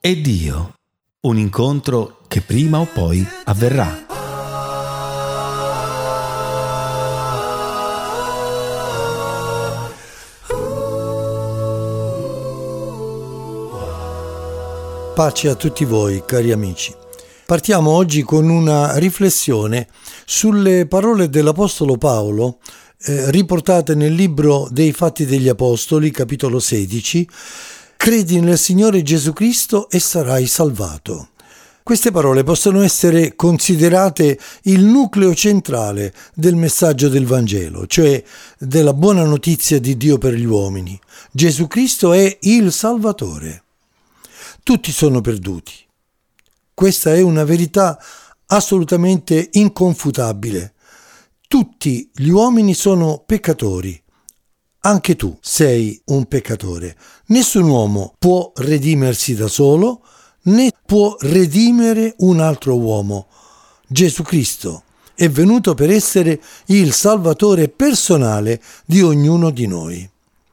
e Dio, un incontro che prima o poi avverrà. Pace a tutti voi, cari amici. Partiamo oggi con una riflessione sulle parole dell'Apostolo Paolo riportate nel libro dei Fatti degli Apostoli, capitolo 16. Credi nel Signore Gesù Cristo e sarai salvato. Queste parole possono essere considerate il nucleo centrale del messaggio del Vangelo, cioè della buona notizia di Dio per gli uomini. Gesù Cristo è il Salvatore. Tutti sono perduti. Questa è una verità assolutamente inconfutabile. Tutti gli uomini sono peccatori. Anche tu sei un peccatore. Nessun uomo può redimersi da solo, né può redimere un altro uomo. Gesù Cristo è venuto per essere il Salvatore personale di ognuno di noi.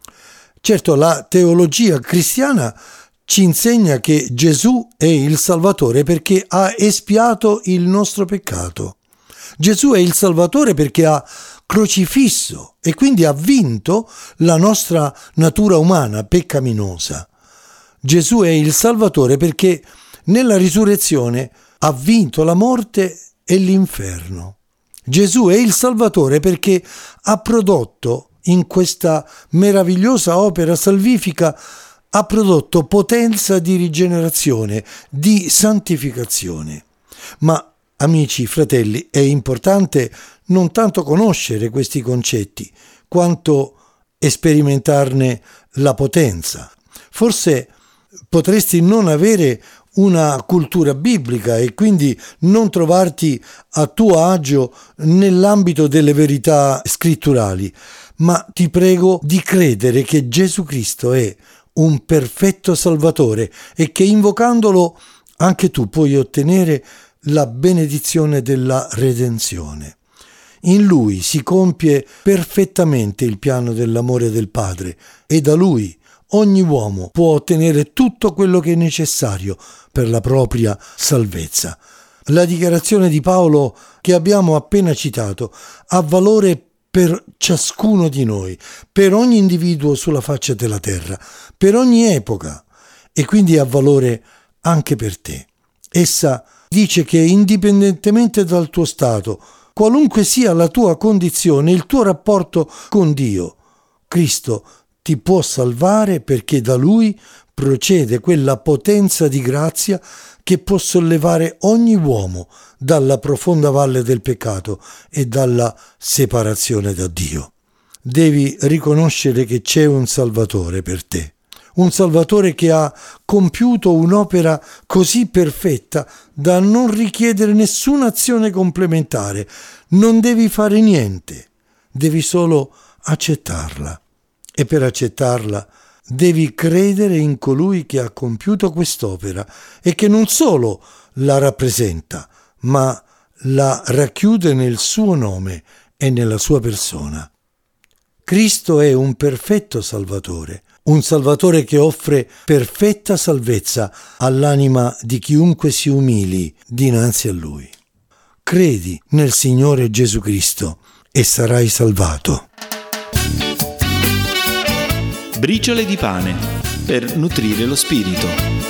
Certo, la teologia cristiana ci insegna che Gesù è il Salvatore perché ha espiato il nostro peccato. Gesù è il Salvatore perché ha crocifisso e quindi ha vinto la nostra natura umana peccaminosa. Gesù è il Salvatore perché nella risurrezione ha vinto la morte e l'inferno. Gesù è il Salvatore perché ha prodotto in questa meravigliosa opera salvifica ha prodotto potenza di rigenerazione, di santificazione. Ma, amici, fratelli, è importante non tanto conoscere questi concetti, quanto sperimentarne la potenza. Forse potresti non avere una cultura biblica e quindi non trovarti a tuo agio nell'ambito delle verità scritturali, ma ti prego di credere che Gesù Cristo è un perfetto Salvatore e che invocandolo anche tu puoi ottenere la benedizione della redenzione. In Lui si compie perfettamente il piano dell'amore del Padre e da Lui ogni uomo può ottenere tutto quello che è necessario per la propria salvezza. La dichiarazione di Paolo che abbiamo appena citato ha valore per ciascuno di noi, per ogni individuo sulla faccia della terra, per ogni epoca e quindi ha valore anche per te. Essa dice che indipendentemente dal tuo stato, qualunque sia la tua condizione, il tuo rapporto con Dio, Cristo ti può salvare perché da Lui procede quella potenza di grazia che può sollevare ogni uomo dalla profonda valle del peccato e dalla separazione da Dio. Devi riconoscere che c'è un Salvatore per te, un Salvatore che ha compiuto un'opera così perfetta da non richiedere nessuna azione complementare. Non devi fare niente, devi solo accettarla. E per accettarla devi credere in colui che ha compiuto quest'opera e che non solo la rappresenta, ma la racchiude nel suo nome e nella sua persona. Cristo è un perfetto Salvatore, un Salvatore che offre perfetta salvezza all'anima di chiunque si umili dinanzi a Lui. Credi nel Signore Gesù Cristo e sarai salvato. Briciole di pane per nutrire lo spirito.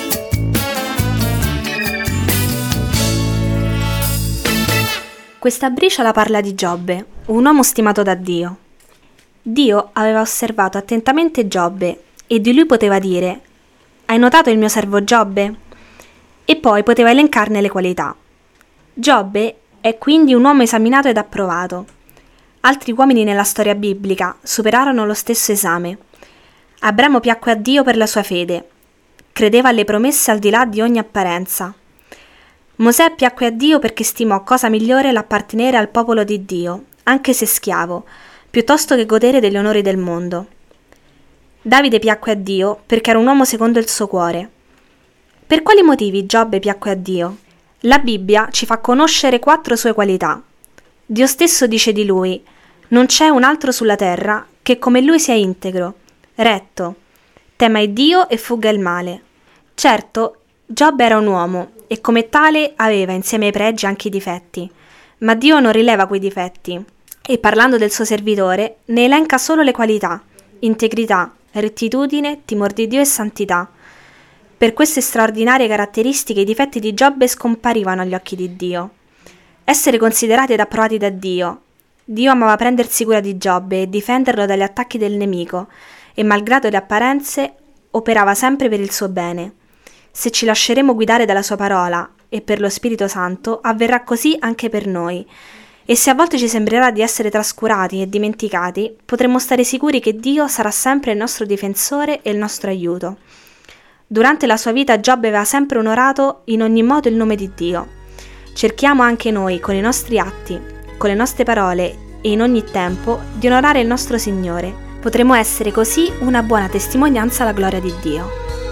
Questa briciola parla di Giobbe, un uomo stimato da Dio. Dio aveva osservato attentamente Giobbe e di lui poteva dire: «Hai notato il mio servo Giobbe?» E poi poteva elencarne le qualità. Giobbe è quindi un uomo esaminato ed approvato. Altri uomini nella storia biblica superarono lo stesso esame. Abramo piacque a Dio per la sua fede. Credeva alle promesse al di là di ogni apparenza. Mosè piacque a Dio perché stimò cosa migliore l'appartenere al popolo di Dio, anche se schiavo, piuttosto che godere degli onori del mondo. Davide piacque a Dio perché era un uomo secondo il suo cuore. Per quali motivi Giobbe piacque a Dio? La Bibbia ci fa conoscere 4 sue qualità. Dio stesso dice di lui: «Non c'è un altro sulla terra che come lui sia integro, retto, tema il Dio e fugga il male». Certo, Giobbe era un uomo e come tale aveva insieme ai pregi anche i difetti, ma Dio non rileva quei difetti e parlando del suo servitore ne elenca solo le qualità: integrità, rettitudine, timor di Dio e santità. Per queste straordinarie caratteristiche i difetti di Giobbe scomparivano agli occhi di Dio. Essere considerati ed approvati da Dio. Dio amava prendersi cura di Giobbe e difenderlo dagli attacchi del nemico e malgrado le apparenze operava sempre per il suo bene. Se ci lasceremo guidare dalla sua parola e per lo Spirito Santo avverrà così anche per noi. E se a volte ci sembrerà di essere trascurati e dimenticati, potremo stare sicuri che Dio sarà sempre il nostro difensore e il nostro aiuto. Durante la sua vita Giobbe aveva sempre onorato in ogni modo il nome di Dio. Cerchiamo anche noi, con i nostri atti, con le nostre parole e in ogni tempo, di onorare il nostro Signore. Potremo essere così una buona testimonianza alla gloria di Dio.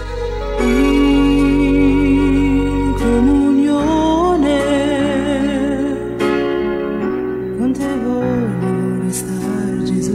In comunione con te voglio restare, Gesù.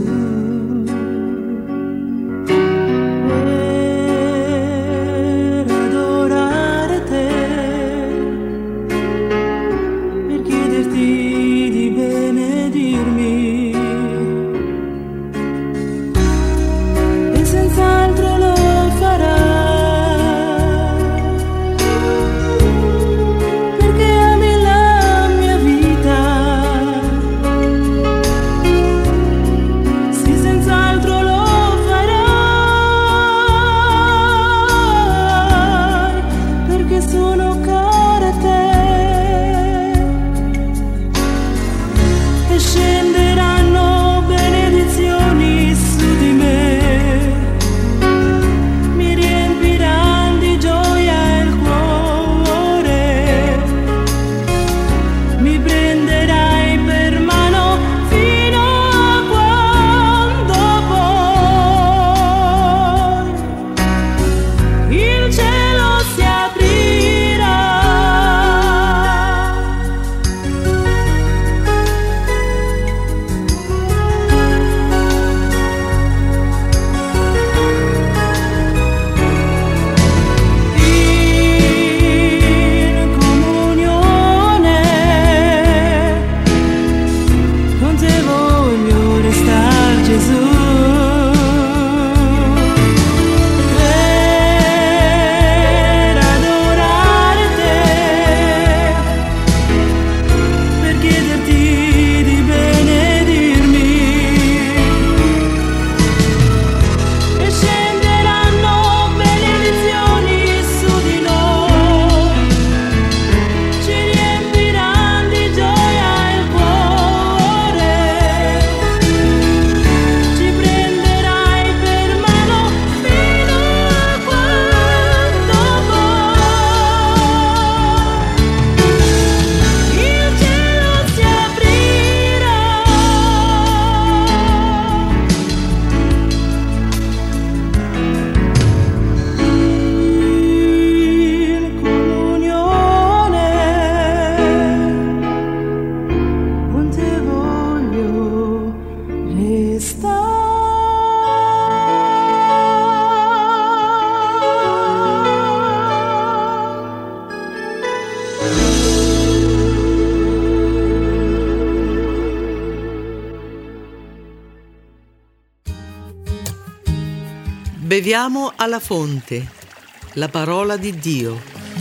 Beviamo alla fonte, la parola di Dio.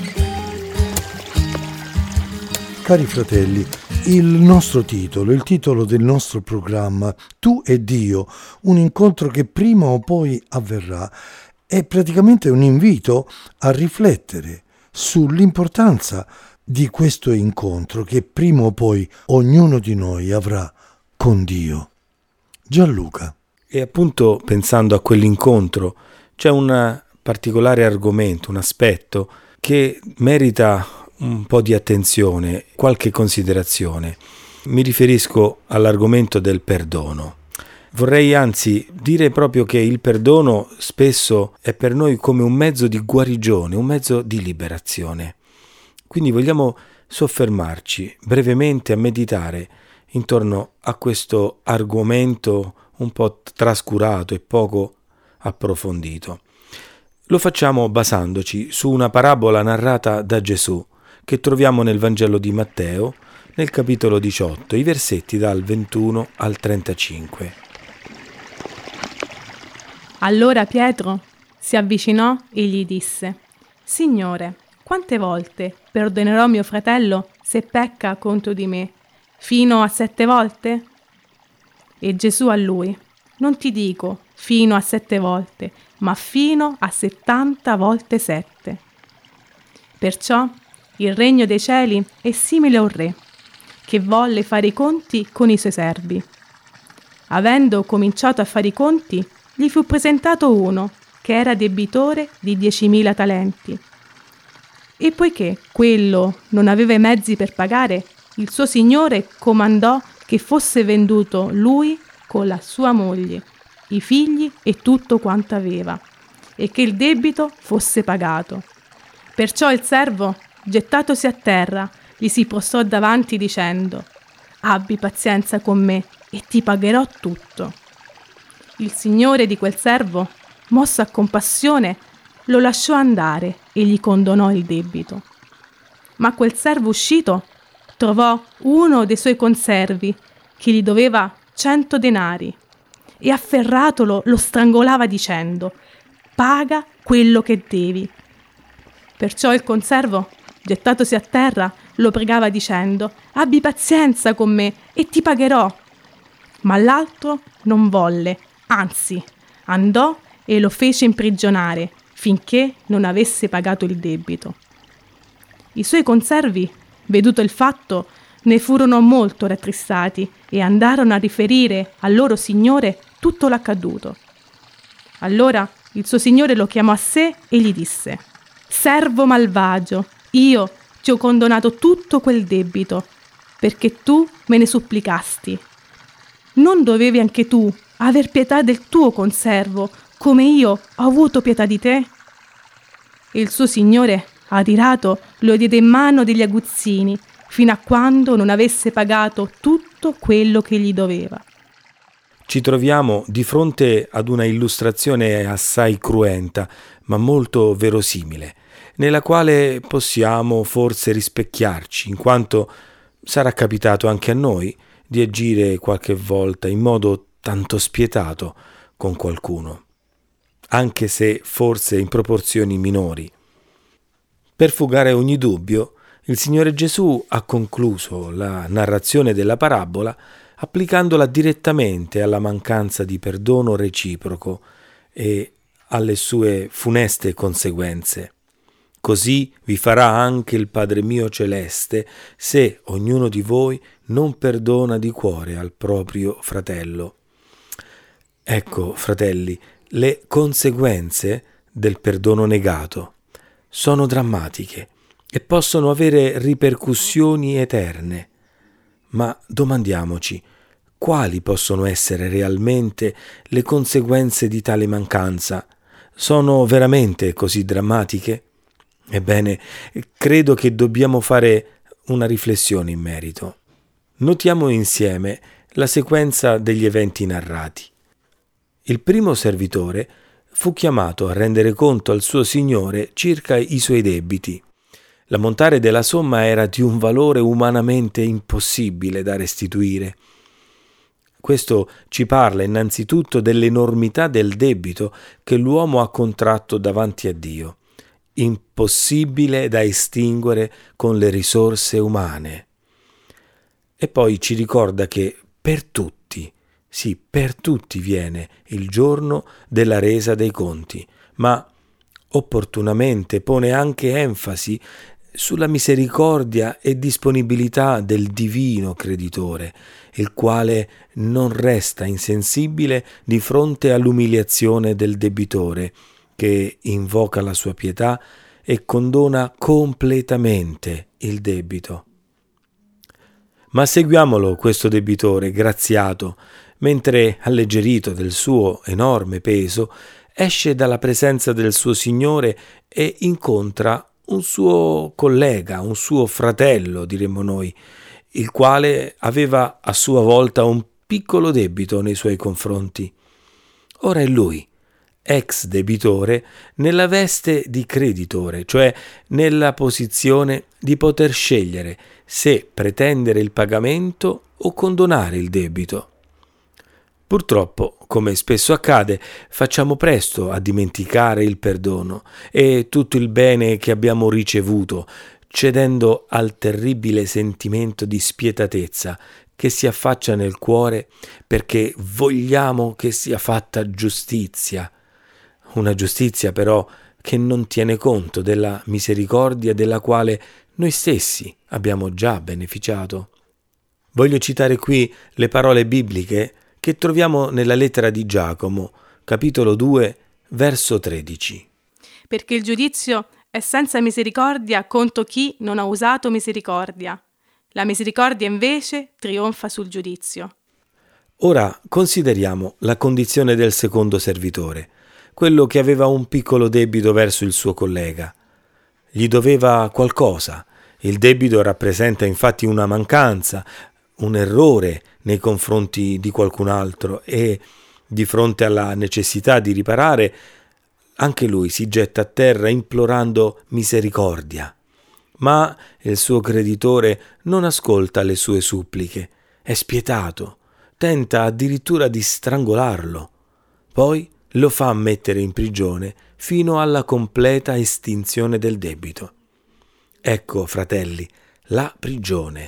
Cari fratelli, il nostro titolo, il titolo del nostro programma, Tu e Dio, un incontro che prima o poi avverrà, è praticamente un invito a riflettere sull'importanza di questo incontro che prima o poi ognuno di noi avrà con Dio. Gianluca. E appunto pensando a quell'incontro c'è un particolare argomento, un aspetto che merita un po' di attenzione, qualche considerazione. Mi riferisco all'argomento del perdono. Vorrei anzi dire proprio che il perdono spesso è per noi come un mezzo di guarigione, un mezzo di liberazione. Quindi vogliamo soffermarci brevemente a meditare intorno a questo argomento un po' trascurato e poco approfondito. Lo facciamo basandoci su una parabola narrata da Gesù che troviamo nel Vangelo di Matteo, nel capitolo 18, i versetti dal 21 al 35. Allora Pietro si avvicinò e gli disse: Signore, quante volte perdonerò mio fratello se pecca contro di me? Fino a 7 volte? E Gesù a lui: Non ti dico fino a 7 volte, ma fino a 70 volte 7. Perciò il regno dei cieli è simile a un re che volle fare i conti con i suoi servi. Avendo cominciato a fare i conti, gli fu presentato uno che era debitore di 10.000 talenti. E poiché quello non aveva i mezzi per pagare, il suo signore comandò che fosse venduto lui con la sua moglie, i figli e tutto quanto aveva, e che il debito fosse pagato. Perciò il servo, gettatosi a terra, gli si prostrò davanti dicendo: Abbi pazienza con me e ti pagherò tutto. Il signore di quel servo, mosso a compassione, lo lasciò andare e gli condonò il debito. Ma quel servo uscito trovò uno dei suoi conservi che gli doveva 100 denari e afferratolo lo strangolava dicendo: Paga quello che devi. Perciò il conservo, gettatosi a terra, lo pregava dicendo: Abbi pazienza con me e ti pagherò. Ma l'altro non volle, anzi, andò e lo fece imprigionare finché non avesse pagato il debito. I suoi conservi, veduto il fatto, ne furono molto rattristati e andarono a riferire al loro signore tutto l'accaduto. Allora il suo signore lo chiamò a sé e gli disse: Servo malvagio, io ti ho condonato tutto quel debito, perché tu me ne supplicasti. Non dovevi anche tu aver pietà del tuo conservo, come io ho avuto pietà di te? E il suo signore, adirato, lo diede in mano degli aguzzini, fino a quando non avesse pagato tutto quello che gli doveva. Ci troviamo di fronte ad una illustrazione assai cruenta, ma molto verosimile, nella quale possiamo forse rispecchiarci, in quanto sarà capitato anche a noi di agire qualche volta in modo tanto spietato con qualcuno, anche se forse in proporzioni minori. Per fugare ogni dubbio, il Signore Gesù ha concluso la narrazione della parabola applicandola direttamente alla mancanza di perdono reciproco e alle sue funeste conseguenze. Così vi farà anche il Padre mio celeste se ognuno di voi non perdona di cuore al proprio fratello. Ecco, fratelli, le conseguenze del perdono negato sono drammatiche e possono avere ripercussioni eterne. Ma domandiamoci, quali possono essere realmente le conseguenze di tale mancanza? Sono veramente così drammatiche? Ebbene, credo che dobbiamo fare una riflessione in merito. Notiamo insieme la sequenza degli eventi narrati. Il primo servitore fu chiamato a rendere conto al suo signore circa i suoi debiti. L'ammontare della somma era di un valore umanamente impossibile da restituire. Questo ci parla innanzitutto dell'enormità del debito che l'uomo ha contratto davanti a Dio, impossibile da estinguere con le risorse umane. E poi ci ricorda che per tutti viene il giorno della resa dei conti, ma opportunamente pone anche enfasi sulla misericordia e disponibilità del divino creditore, il quale non resta insensibile di fronte all'umiliazione del debitore, che invoca la sua pietà e condona completamente il debito. Ma seguiamolo questo debitore graziato, mentre alleggerito del suo enorme peso, esce dalla presenza del suo Signore e incontra un suo collega, un suo fratello, diremmo noi, il quale aveva a sua volta un piccolo debito nei suoi confronti. Ora è lui ex debitore nella veste di creditore, cioè nella posizione di poter scegliere se pretendere il pagamento o condonare il debito. Purtroppo, come spesso accade, facciamo presto a dimenticare il perdono e tutto il bene che abbiamo ricevuto, cedendo al terribile sentimento di spietatezza che si affaccia nel cuore perché vogliamo che sia fatta giustizia. Una giustizia però che non tiene conto della misericordia della quale noi stessi abbiamo già beneficiato. Voglio citare qui le parole bibliche che troviamo nella lettera di Giacomo, capitolo 2, verso 13. Perché il giudizio è senza misericordia contro chi non ha usato misericordia. La misericordia invece trionfa sul giudizio. Ora consideriamo la condizione del secondo servitore, quello che aveva un piccolo debito verso il suo collega. Gli doveva qualcosa. Il debito rappresenta infatti una mancanza, un errore nei confronti di qualcun altro e, di fronte alla necessità di riparare, anche lui si getta a terra implorando misericordia. Ma il suo creditore non ascolta le sue suppliche, è spietato, tenta addirittura di strangolarlo. Poi lo fa mettere in prigione fino alla completa estinzione del debito. Ecco, fratelli, la prigione.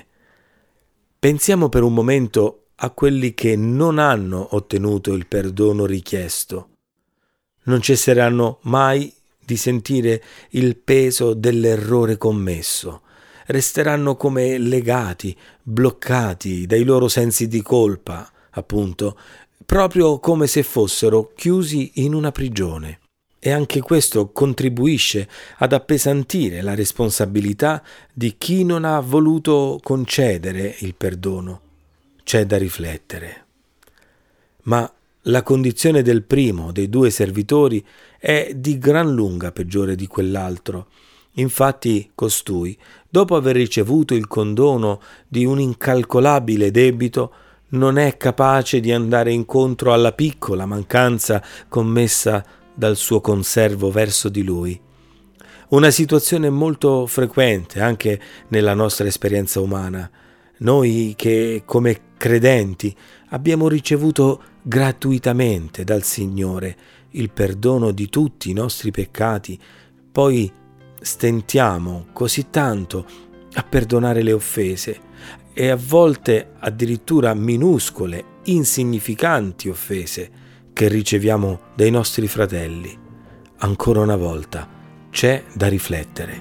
Pensiamo per un momento a quelli che non hanno ottenuto il perdono richiesto. Non cesseranno mai di sentire il peso dell'errore commesso. Resteranno come legati, bloccati dai loro sensi di colpa, appunto, proprio come se fossero chiusi in una prigione. E anche questo contribuisce ad appesantire la responsabilità di chi non ha voluto concedere il perdono. C'è da riflettere. Ma la condizione del primo dei due servitori è di gran lunga peggiore di quell'altro. Infatti costui, dopo aver ricevuto il condono di un incalcolabile debito, non è capace di andare incontro alla piccola mancanza commessa dal suo conservo verso di lui. Una situazione molto frequente anche nella nostra esperienza umana. Noi che come credenti abbiamo ricevuto gratuitamente dal Signore il perdono di tutti i nostri peccati, poi stentiamo così tanto a perdonare le offese e a volte addirittura minuscole, insignificanti offese che riceviamo dai nostri fratelli. Ancora una volta c'è da riflettere.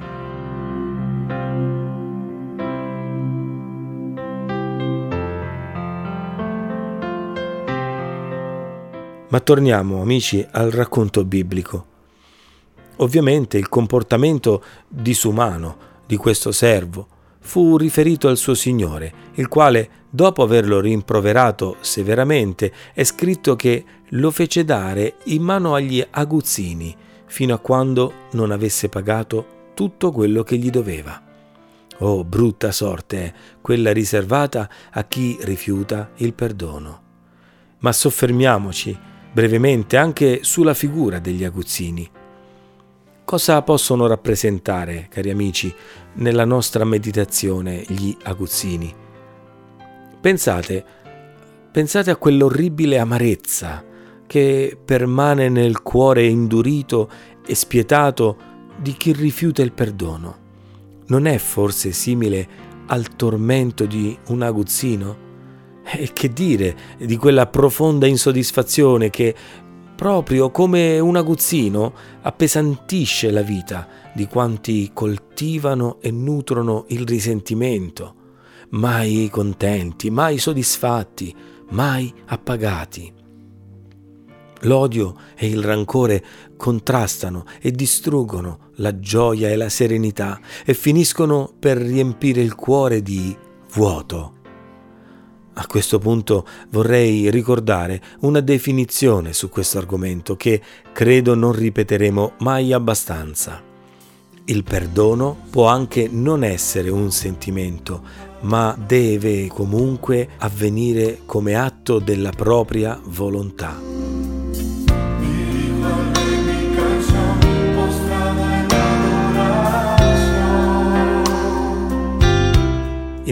Ma torniamo, amici, al racconto biblico. Ovviamente il comportamento disumano di questo servo fu riferito al suo Signore, il quale, dopo averlo rimproverato severamente, è scritto che lo fece dare in mano agli aguzzini fino a quando non avesse pagato tutto quello che gli doveva. Oh, brutta sorte è quella riservata a chi rifiuta il perdono. Ma soffermiamoci brevemente anche sulla figura degli aguzzini. Cosa possono rappresentare, cari amici, nella nostra meditazione gli aguzzini? Pensate a quell'orribile amarezza che permane nel cuore indurito e spietato di chi rifiuta il perdono. Non è forse simile al tormento di un aguzzino? E che dire di quella profonda insoddisfazione che, proprio come un aguzzino, appesantisce la vita di quanti coltivano e nutrono il risentimento, mai contenti, mai soddisfatti, mai appagati. L'odio e il rancore contrastano e distruggono la gioia e la serenità e finiscono per riempire il cuore di vuoto. A questo punto vorrei ricordare una definizione su questo argomento che credo non ripeteremo mai abbastanza. Il perdono può anche non essere un sentimento, ma deve comunque avvenire come atto della propria volontà.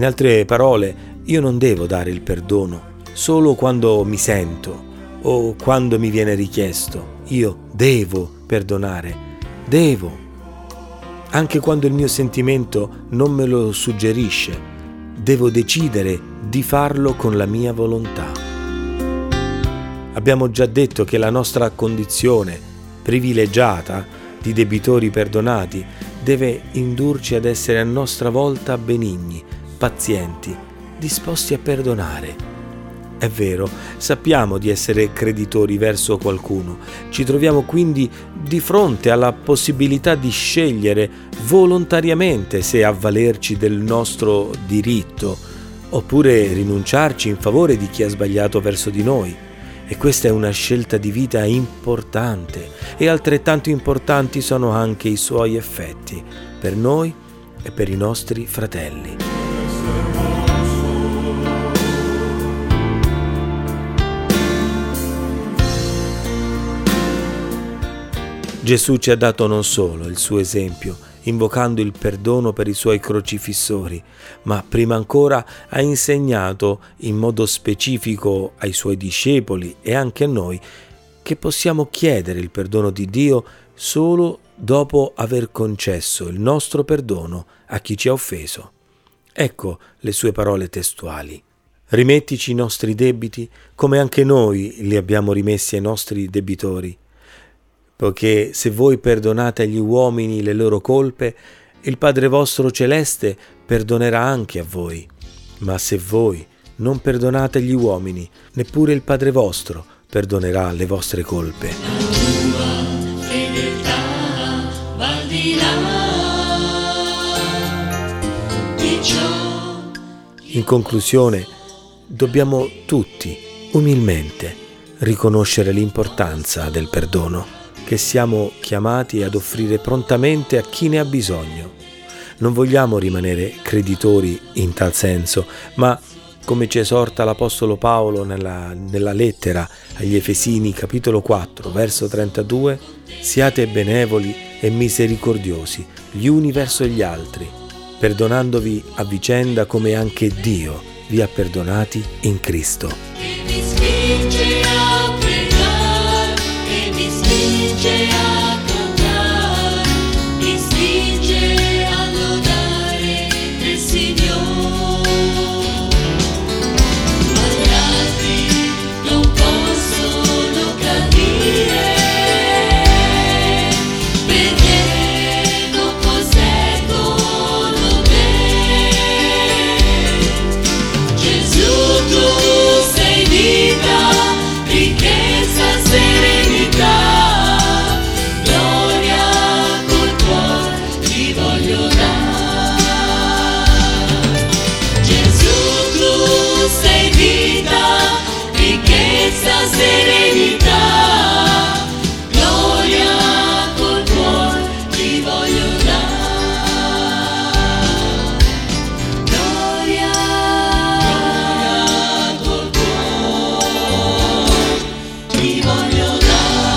In altre parole, io non devo dare il perdono solo quando mi sento o quando mi viene richiesto. Io devo perdonare, devo, anche quando il mio sentimento non me lo suggerisce. Devo decidere di farlo con la mia volontà. Abbiamo già detto che la nostra condizione privilegiata di debitori perdonati deve indurci ad essere a nostra volta benigni, pazienti, disposti a perdonare. È vero, sappiamo di essere creditori verso qualcuno, ci troviamo quindi di fronte alla possibilità di scegliere volontariamente se avvalerci del nostro diritto oppure rinunciarci in favore di chi ha sbagliato verso di noi. E questa è una scelta di vita importante, e altrettanto importanti sono anche i suoi effetti per noi e per i nostri fratelli. Gesù ci ha dato non solo il suo esempio, invocando il perdono per i suoi crocifissori, ma prima ancora ha insegnato in modo specifico ai suoi discepoli e anche a noi che possiamo chiedere il perdono di Dio solo dopo aver concesso il nostro perdono a chi ci ha offeso. Ecco le sue parole testuali. Rimettici i nostri debiti come anche noi li abbiamo rimessi ai nostri debitori. Poiché se voi perdonate agli uomini le loro colpe, il Padre vostro celeste perdonerà anche a voi. Ma se voi non perdonate agli uomini, neppure il Padre vostro perdonerà le vostre colpe. La tua fedeltà va al di là di ciò. In conclusione, dobbiamo tutti, umilmente, riconoscere l'importanza del perdono che siamo chiamati ad offrire prontamente a chi ne ha bisogno. Non vogliamo rimanere creditori in tal senso, ma, come ci esorta l'Apostolo Paolo nella lettera agli Efesini, capitolo 4, verso 32, siate benevoli e misericordiosi gli uni verso gli altri, perdonandovi a vicenda come anche Dio vi ha perdonati in Cristo. E mi spinge a pregare, e mi spinge a cantare, mi spinge a lodare il Signore. Ma gli altri non possono capire, perché non posseggono te. Gesù, tu sei vita, ricchezza, serenità, gloria col cuore ti voglio dare. Gesù, tu sei vita, ricchezza, serenità, gloria col cuore ti voglio dare. Gloria col cuore ti voglio dare.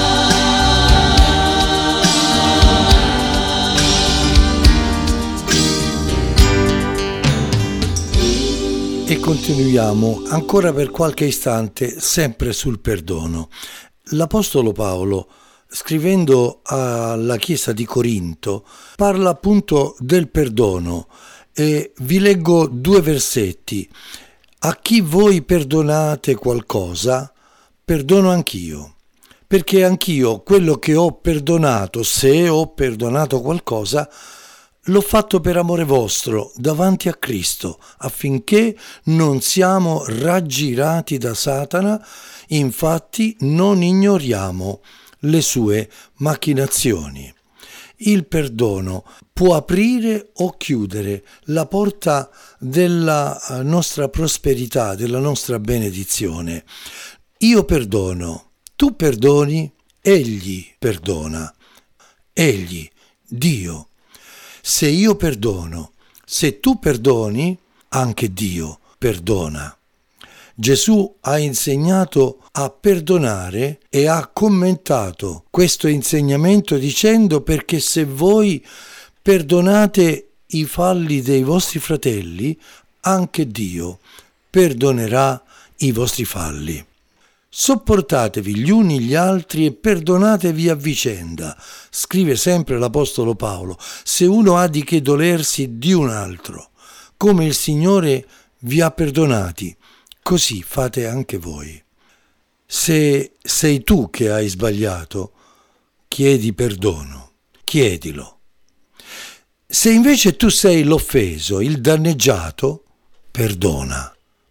E continuiamo ancora per qualche istante sempre sul perdono. L'Apostolo Paolo, scrivendo alla Chiesa di Corinto, parla appunto del perdono e vi leggo 2 versetti. A chi voi perdonate qualcosa, perdono anch'io, perché anch'io quello che ho perdonato, se ho perdonato qualcosa, l'ho fatto per amore vostro davanti a Cristo, affinché non siamo raggirati da Satana. Infatti non ignoriamo le sue macchinazioni. Il perdono può aprire o chiudere la porta della nostra prosperità, della nostra benedizione. Io perdono, tu perdoni, egli perdona. Egli, Dio. Se io perdono, se tu perdoni, anche Dio perdona. Gesù ha insegnato a perdonare e ha commentato questo insegnamento dicendo: perché se voi perdonate i falli dei vostri fratelli, anche Dio perdonerà i vostri falli. Sopportatevi gli uni gli altri e perdonatevi a vicenda, scrive sempre l'Apostolo Paolo, se uno ha di che dolersi di un altro, come il Signore vi ha perdonati, così fate anche voi. Se sei tu che hai sbagliato, chiedi perdono, chiedilo. Se invece tu sei l'offeso, il danneggiato, perdona.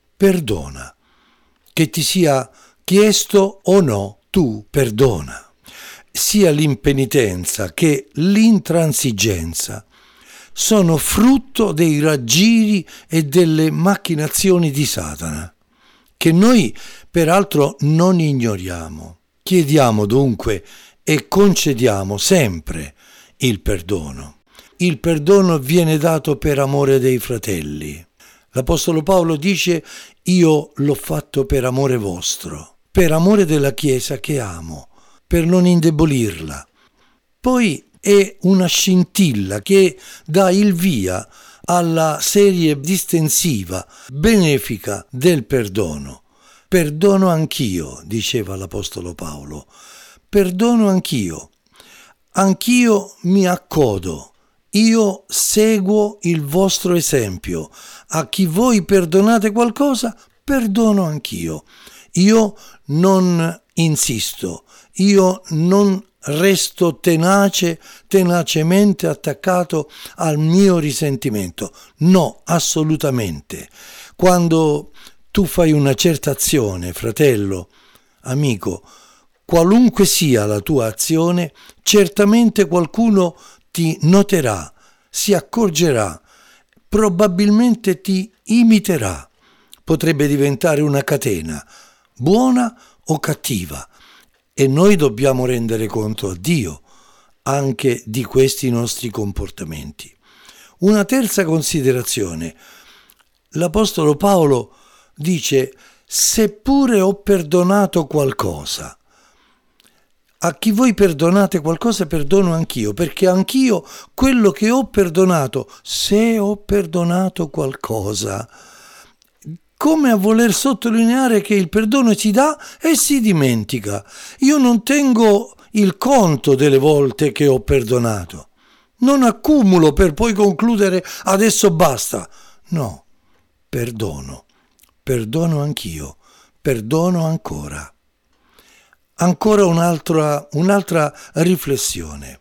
Che ti sia chiesto o no, tu perdona. Sia l'impenitenza che l'intransigenza sono frutto dei raggiri e delle macchinazioni di Satana, che noi peraltro non ignoriamo. Chiediamo dunque e concediamo sempre il perdono. Il perdono viene dato per amore dei fratelli. L'Apostolo Paolo dice: io l'ho fatto per amore vostro, per amore della Chiesa che amo, per non indebolirla. Poi è una scintilla che dà il via alla serie distensiva, benefica del perdono. Perdono anch'io, diceva l'Apostolo Paolo, perdono anch'io. Anch'io mi accodo. Io seguo il vostro esempio. A chi voi perdonate qualcosa, perdono anch'io. Io non insisto, io non resto tenacemente attaccato al mio risentimento. No, assolutamente. Quando tu fai una certa azione, fratello, amico, qualunque sia la tua azione, certamente qualcuno ti noterà, si accorgerà, probabilmente ti imiterà. Potrebbe diventare una catena, buona o cattiva, e noi dobbiamo rendere conto a Dio anche di questi nostri comportamenti. Una terza considerazione. L'Apostolo Paolo dice: seppure ho perdonato qualcosa, a chi voi perdonate qualcosa perdono anch'io, perché anch'io quello che ho perdonato, se ho perdonato qualcosa, come a voler sottolineare che il perdono si dà e si dimentica. Io non tengo il conto delle volte che ho perdonato, non accumulo per poi concludere adesso basta. No, perdono anch'io, perdono ancora. Ancora un'altra riflessione.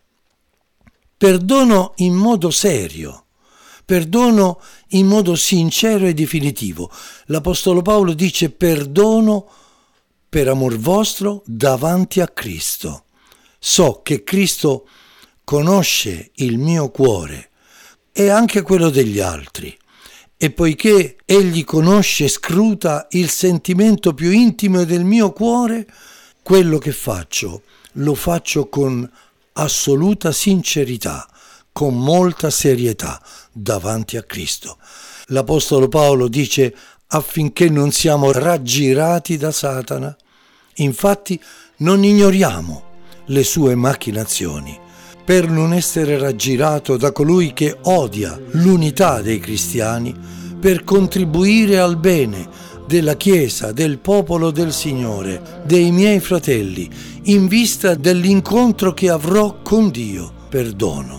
Perdono in modo serio, perdono in modo sincero e definitivo. L'Apostolo Paolo dice: perdono per amor vostro davanti a Cristo. So che Cristo conosce il mio cuore e anche quello degli altri, e poiché Egli conosce e scruta il sentimento più intimo del mio cuore, quello che faccio, lo faccio con assoluta sincerità, con molta serietà davanti a Cristo. L'Apostolo Paolo dice: affinché non siamo raggirati da Satana. Infatti non ignoriamo le sue macchinazioni, per non essere raggirato da colui che odia l'unità dei cristiani, per contribuire al bene della Chiesa, del popolo del Signore, dei miei fratelli, in vista dell'incontro che avrò con Dio. Perdono.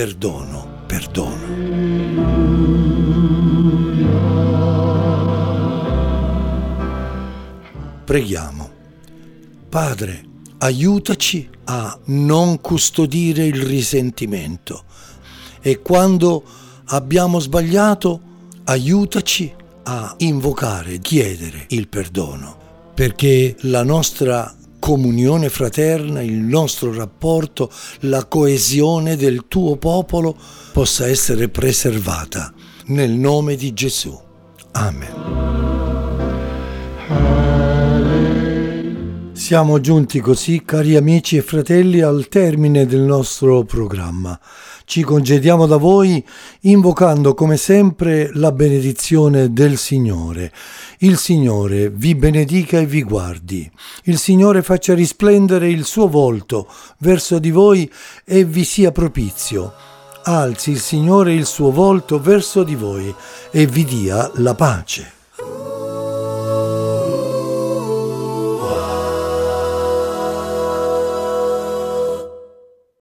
Preghiamo. Padre, aiutaci a non custodire il risentimento e quando abbiamo sbagliato, aiutaci a invocare, chiedere il perdono, perché la nostra comunione fraterna, il nostro rapporto, la coesione del tuo popolo possa essere preservata nel nome di Gesù. Amen. Siamo giunti così, cari amici e fratelli, al termine del nostro programma. Ci congediamo da voi invocando come sempre la benedizione del Signore. Il Signore vi benedica e vi guardi. Il Signore faccia risplendere il suo volto verso di voi e vi sia propizio. alzi il Signore il suo volto verso di voi e vi dia la pace.